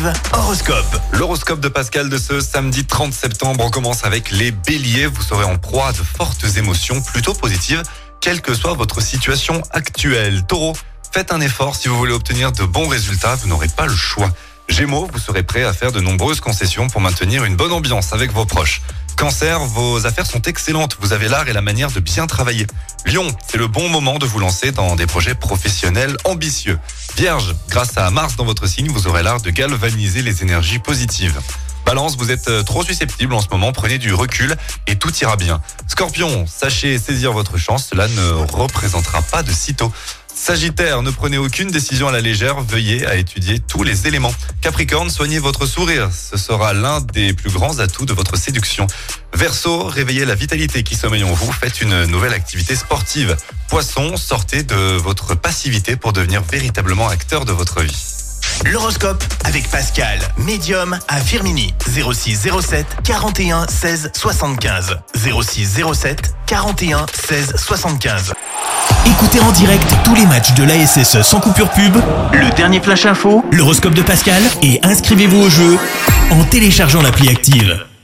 Active Horoscope. L'horoscope de Pascal de ce samedi 30 septembre, on commence avec les béliers. Vous serez en proie à de fortes émotions plutôt positives, quelle que soit votre situation actuelle. Taureau, faites un effort si vous voulez obtenir de bons résultats, vous n'aurez pas le choix. Gémeaux, vous serez prêt à faire de nombreuses concessions pour maintenir une bonne ambiance avec vos proches. Cancer, vos affaires sont excellentes, vous avez l'art et la manière de bien travailler. Lion, c'est le bon moment de vous lancer dans des projets professionnels ambitieux. Vierge, grâce à Mars dans votre signe, vous aurez l'art de galvaniser les énergies positives. Balance, vous êtes trop susceptible en ce moment, prenez du recul et tout ira bien. Scorpion, sachez saisir votre chance, cela ne représentera pas de sitôt. Sagittaire, ne prenez aucune décision à la légère, veuillez à étudier tous les éléments. Capricorne, soignez votre sourire, ce sera l'un des plus grands atouts de votre séduction. Verseau, réveillez la vitalité qui sommeille en vous, faites une nouvelle activité sportive. Poisson, sortez de votre passivité pour devenir véritablement acteur de votre vie. L'horoscope avec Pascal, médium à Firminy. 06 07 41 16 75. 06 07 41 16 75. Écoutez en direct tous les matchs de l'ASSE sans coupure pub, le dernier flash info, l'horoscope de Pascal et inscrivez-vous au jeu en téléchargeant l'appli Active.